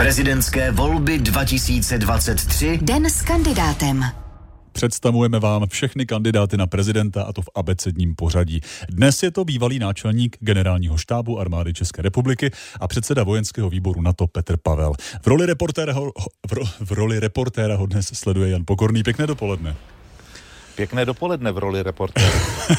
Prezidentské volby 2023. Den s kandidátem. Představujeme vám všechny kandidáty na prezidenta, a to v abecedním pořadí. Dnes je to bývalý náčelník generálního štábu armády České republiky a předseda vojenského výboru NATO Petr Pavel. V roli reportéra ho dnes sleduje Jan Pokorný. Pěkné dopoledne. Pěkné dopoledne v roli reportéra.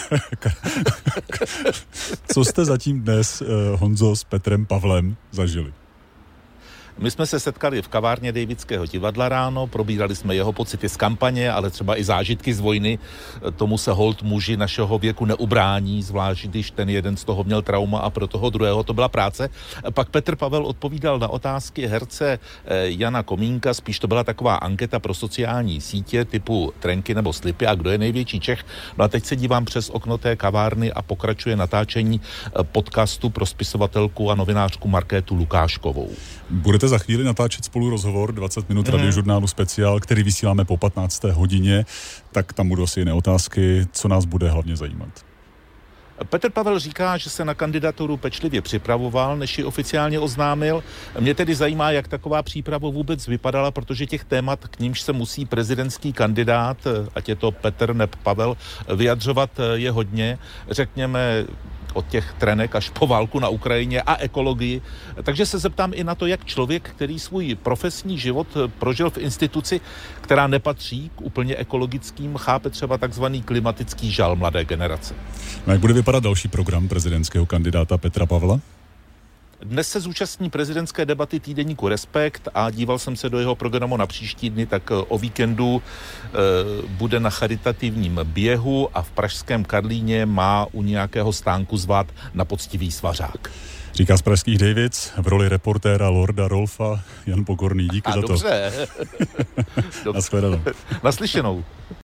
Co jste zatím dnes, Honzo, s Petrem Pavlem zažili? My jsme se setkali v kavárně Davidského divadla ráno, probírali jsme jeho pocity z kampaně, ale třeba i zážitky z vojny. Tomu se holt muži našeho věku neubrání, zvlášť když ten jeden z toho měl trauma a pro toho druhého to byla práce. Pak Petr Pavel odpovídal na otázky herce Jana Komínka, spíš to byla taková anketa pro sociální sítě typu trenky nebo slipy a kdo je největší Čech. No a teď se dívám přes okno té kavárny a pokračuje natáčení podcastu pro spisovatelku a novinářku Markétu Lukáškovou. Budete za chvíli natáčet spolu rozhovor 20 minut radiožurnálu Speciál, který vysíláme po 15. hodině, tak tam budou asi jiné otázky, co nás bude hlavně zajímat. Petr Pavel říká, že se na kandidaturu pečlivě připravoval, než ji oficiálně oznámil. Mě tedy zajímá, jak taková příprava vůbec vypadala, protože těch témat, k nímž se musí prezidentský kandidát, ať je to Petr nebo Pavel, vyjadřovat je hodně. Řekněme od těch trenek až po válku na Ukrajině a ekologii. Takže se zeptám i na to, jak člověk, který svůj profesní život prožil v instituci, která nepatří k úplně ekologickým, chápe třeba takzvaný klimatický žal mladé generace. No, jak bude vypadat další program prezidentského kandidáta Petra Pavla? Dnes se zúčastní prezidentské debaty týdeníku Respekt a díval jsem se do jeho programu na příští dny, tak o víkendu bude na charitativním běhu a v pražském Karlíně má u nějakého stánku zvát na poctivý svařák. Říká z pražských Davids v roli reportéra Lorda Rolfa Jan Pokorný. Díky za to. Dobře. Nashledanou. Naslyšenou.